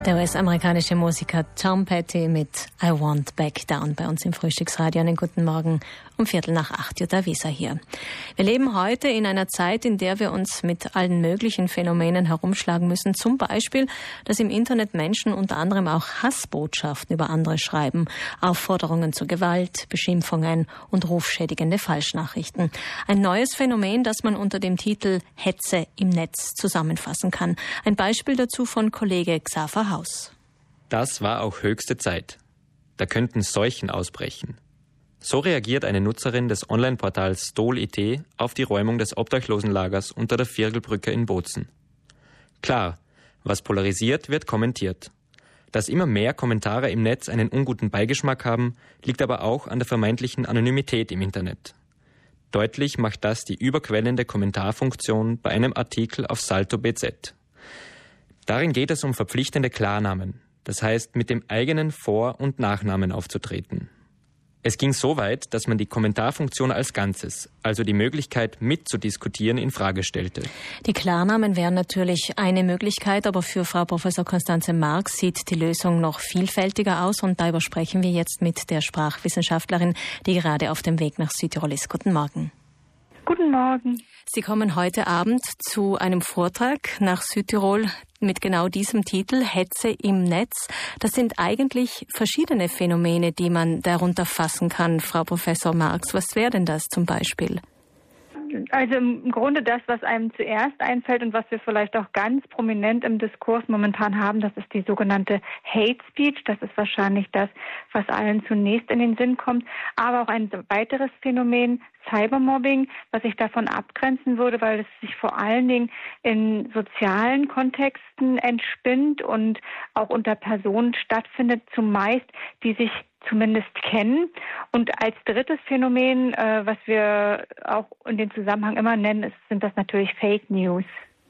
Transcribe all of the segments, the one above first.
Der US-amerikanische Musiker Tom Petty mit I Won't Back Down bei uns im Frühstücksradio. Einen guten Morgen um 7:45, Jutta Wieser hier. Wir leben heute in einer Zeit, in der wir uns mit allen möglichen Phänomenen herumschlagen müssen. Zum Beispiel, dass im Internet Menschen unter anderem auch Hassbotschaften über andere schreiben, Aufforderungen zu Gewalt, Beschimpfungen und rufschädigende Falschnachrichten. Ein neues Phänomen, das man unter dem Titel Hetze im Netz zusammenfassen kann. Ein Beispiel dazu von Kollege Xaver Haus. Das war auch höchste Zeit. Da könnten Seuchen ausbrechen. So reagiert eine Nutzerin des Online-Portals Stol.it auf die Räumung des Obdachlosenlagers unter der Virgelbrücke in Bozen. Klar, was polarisiert, wird kommentiert. Dass immer mehr Kommentare im Netz einen unguten Beigeschmack haben, liegt aber auch an der vermeintlichen Anonymität im Internet. Deutlich macht das die überquellende Kommentarfunktion bei einem Artikel auf Salto.bz. Darin geht es um verpflichtende Klarnamen, das heißt mit dem eigenen Vor- und Nachnamen aufzutreten. Es ging so weit, dass man die Kommentarfunktion als Ganzes, also die Möglichkeit mitzudiskutieren, in Frage stellte. Die Klarnamen wären natürlich eine Möglichkeit, aber für Frau Professor Constanze Marx sieht die Lösung noch vielfältiger aus und darüber sprechen wir jetzt mit der Sprachwissenschaftlerin, die gerade auf dem Weg nach Südtirol ist. Guten Morgen. Guten Morgen. Sie kommen heute Abend zu einem Vortrag nach Südtirol mit genau diesem Titel, Hetze im Netz. Das sind eigentlich verschiedene Phänomene, die man darunter fassen kann, Frau Professor Marx. Was wäre denn das zum Beispiel? Also im Grunde das, was einem zuerst einfällt und was wir vielleicht auch ganz prominent im Diskurs momentan haben, das ist die sogenannte Hate Speech. Das ist wahrscheinlich das, was allen zunächst in den Sinn kommt. Aber auch ein weiteres Phänomen, Cybermobbing, was sich davon abgrenzen würde, weil es sich vor allen Dingen in sozialen Kontexten entspinnt und auch unter Personen stattfindet, zumeist die sich zumindest kennen. Und als drittes Phänomen, was wir auch in dem Zusammenhang immer nennen, sind das natürlich Fake News.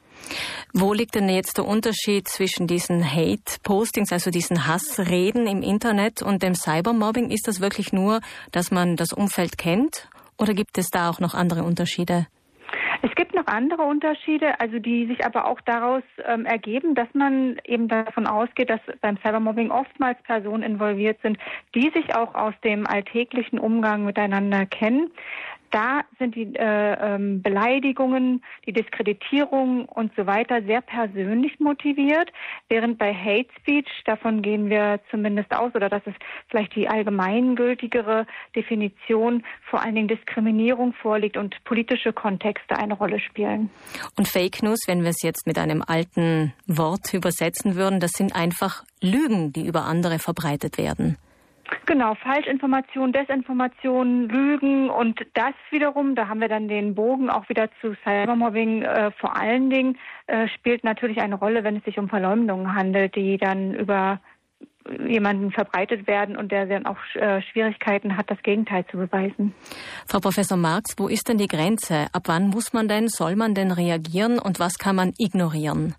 Wo liegt denn jetzt der Unterschied zwischen diesen Hate-Postings, also diesen Hassreden im Internet und dem Cybermobbing? Ist das wirklich nur, dass man das Umfeld kennt oder gibt es da auch noch andere Unterschiede? Es gibt noch andere Unterschiede, also die sich aber auch daraus ergeben, dass man eben davon ausgeht, dass beim Cybermobbing oftmals Personen involviert sind, die sich auch aus dem alltäglichen Umgang miteinander kennen. Da sind die Beleidigungen, die Diskreditierung und so weiter sehr persönlich motiviert, während bei Hate Speech, davon gehen wir zumindest aus, oder das ist vielleicht die allgemeingültigere Definition, vor allen Dingen Diskriminierung vorliegt und politische Kontexte eine Rolle spielen. Und Fake News, wenn wir es jetzt mit einem alten Wort übersetzen würden, das sind einfach Lügen, die über andere verbreitet werden. Genau, Falschinformationen, Desinformationen, Lügen und das wiederum, da haben wir dann den Bogen auch wieder zu Cybermobbing, vor allen Dingen spielt natürlich eine Rolle, wenn es sich um Verleumdungen handelt, die dann über jemanden verbreitet werden und der dann auch Schwierigkeiten hat, das Gegenteil zu beweisen. Frau Professor Marx, wo ist denn die Grenze? Ab wann muss man denn, soll man denn reagieren und was kann man ignorieren?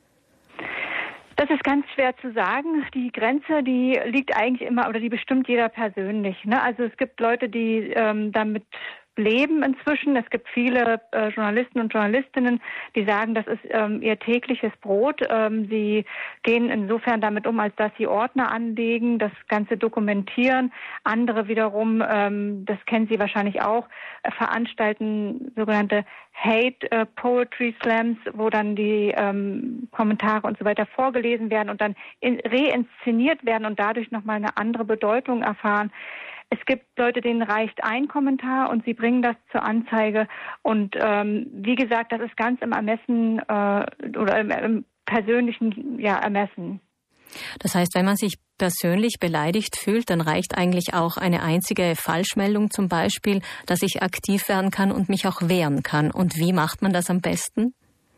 Das ist ganz schwer zu sagen. Die Grenze, die liegt eigentlich immer, oder die bestimmt jeder persönlich. Ne? Also es gibt Leute, die damit leben inzwischen. Es gibt viele Journalisten und Journalistinnen, die sagen, das ist ihr tägliches Brot. Sie gehen insofern damit um, als dass sie Ordner anlegen, das Ganze dokumentieren. Andere wiederum, das kennen Sie wahrscheinlich auch, veranstalten sogenannte Hate Poetry Slams, wo dann die Kommentare und so weiter vorgelesen werden und dann reinszeniert werden und dadurch nochmal eine andere Bedeutung erfahren. Es gibt Leute, denen reicht ein Kommentar und sie bringen das zur Anzeige. Und wie gesagt, das ist ganz im Ermessen oder im persönlichen Ermessen. Das heißt, wenn man sich persönlich beleidigt fühlt, dann reicht eigentlich auch eine einzige Falschmeldung zum Beispiel, dass ich aktiv werden kann und mich auch wehren kann. Und wie macht man das am besten?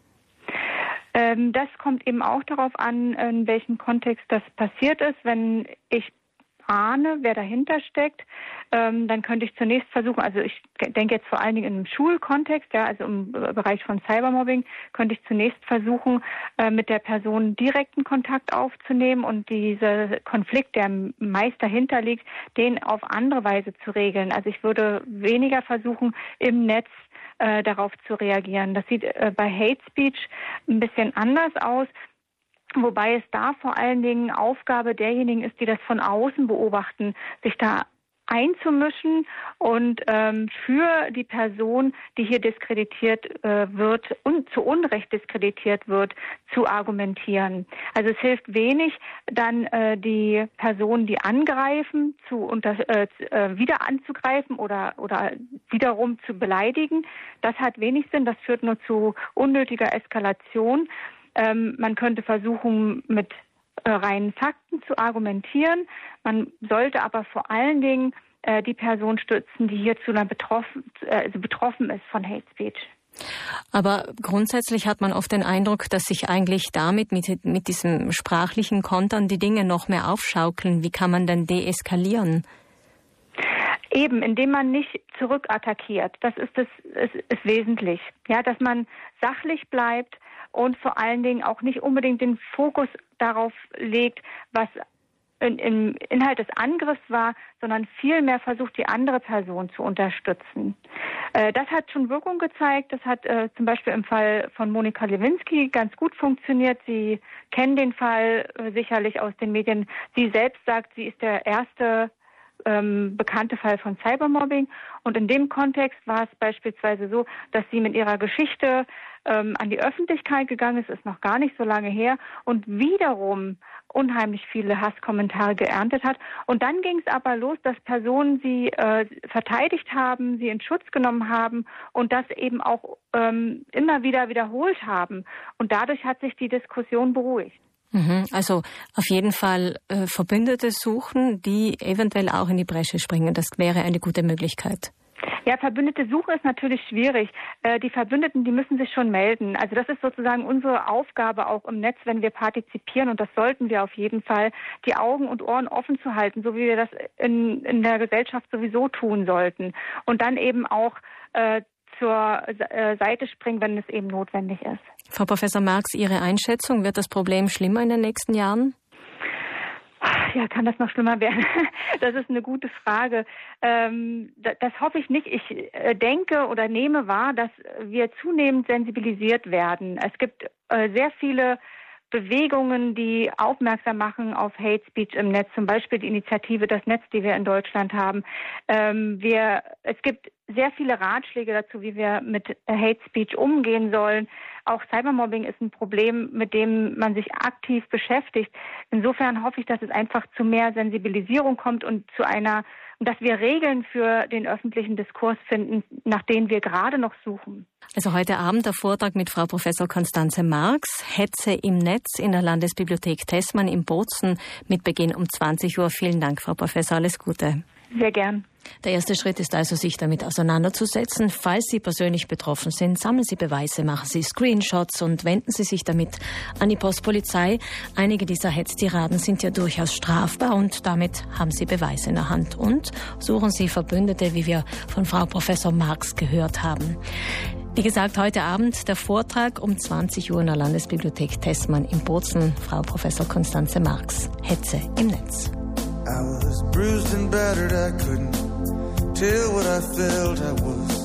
Das kommt eben auch darauf an, in welchem Kontext das passiert ist. Wenn ich ahne, wer dahinter steckt, dann könnte ich zunächst versuchen, also ich denke jetzt vor allen Dingen im Schulkontext, ja, also im Bereich von Cybermobbing, könnte ich zunächst versuchen, mit der Person direkten Kontakt aufzunehmen und dieser Konflikt, der meist dahinter liegt, den auf andere Weise zu regeln. Also ich würde weniger versuchen, im Netz darauf zu reagieren. Das sieht bei Hate Speech ein bisschen anders aus. Wobei es da vor allen Dingen Aufgabe derjenigen ist, die das von außen beobachten, sich da einzumischen und für die Person, die hier diskreditiert wird und zu Unrecht diskreditiert wird, zu argumentieren. Also es hilft wenig, dann die Personen, die angreifen, wieder anzugreifen oder wiederum zu beleidigen. Das hat wenig Sinn, das führt nur zu unnötiger Eskalation. Man könnte versuchen, mit reinen Fakten zu argumentieren. Man sollte aber vor allen Dingen die Person stützen, die hierzu dann betroffen ist von Hate Speech. Aber grundsätzlich hat man oft den Eindruck, dass sich eigentlich damit mit diesem sprachlichen Kontern die Dinge noch mehr aufschaukeln. Wie kann man denn deeskalieren? Eben, indem man nicht zurückattackiert. Das ist wesentlich. Ja, dass man sachlich bleibt und vor allen Dingen auch nicht unbedingt den Fokus darauf legt, was im Inhalt des Angriffs war, sondern vielmehr versucht, die andere Person zu unterstützen. Das hat schon Wirkung gezeigt. Das hat zum Beispiel im Fall von Monika Lewinsky ganz gut funktioniert. Sie kennen den Fall sicherlich aus den Medien. Sie selbst sagt, sie ist der erste bekannte Fall von Cybermobbing. Und in dem Kontext war es beispielsweise so, dass sie mit ihrer Geschichte an die Öffentlichkeit gegangen ist noch gar nicht so lange her und wiederum unheimlich viele Hasskommentare geerntet hat. Und dann ging es aber los, dass Personen sie verteidigt haben, sie in Schutz genommen haben und das eben auch immer wieder wiederholt haben. Und dadurch hat sich die Diskussion beruhigt. Also auf jeden Fall Verbündete suchen, die eventuell auch in die Bresche springen. Das wäre eine gute Möglichkeit. Ja, Verbündete Suche ist natürlich schwierig. Die Verbündeten, die müssen sich schon melden. Also das ist sozusagen unsere Aufgabe auch im Netz, wenn wir partizipieren. Und das sollten wir auf jeden Fall, die Augen und Ohren offen zu halten, so wie wir das in der Gesellschaft sowieso tun sollten. Und dann eben auch zur Seite springen, wenn es eben notwendig ist. Frau Professor Marx, Ihre Einschätzung, wird das Problem schlimmer in den nächsten Jahren? Ja, kann das noch schlimmer werden? Das ist eine gute Frage. Das hoffe ich nicht. Ich denke oder nehme wahr, dass wir zunehmend sensibilisiert werden. Es gibt sehr viele Bewegungen, die aufmerksam machen auf Hate Speech im Netz, zum Beispiel die Initiative Das Netz, die wir in Deutschland haben. Es gibt sehr viele Ratschläge dazu, wie wir mit Hate Speech umgehen sollen. Auch Cybermobbing ist ein Problem, mit dem man sich aktiv beschäftigt. Insofern hoffe ich, dass es einfach zu mehr Sensibilisierung kommt und dass wir Regeln für den öffentlichen Diskurs finden, nach denen wir gerade noch suchen. Also heute Abend der Vortrag mit Frau Professor Constanze Marx, Hetze im Netz in der Landesbibliothek Tessmann in Bozen mit Beginn um 20 Uhr. Vielen Dank, Frau Professor, alles Gute. Sehr gern. Der erste Schritt ist also, sich damit auseinanderzusetzen. Falls Sie persönlich betroffen sind, sammeln Sie Beweise, machen Sie Screenshots und wenden Sie sich damit an die Postpolizei. Einige dieser Hetztiraden sind ja durchaus strafbar und damit haben Sie Beweise in der Hand. Und suchen Sie Verbündete, wie wir von Frau Professor Marx gehört haben. Wie gesagt, heute Abend der Vortrag um 20 Uhr in der Landesbibliothek Tessmann in Bozen. Frau Professor Constanze Marx, Hetze im Netz. I was bruised and battered, I couldn't tell what I felt. I was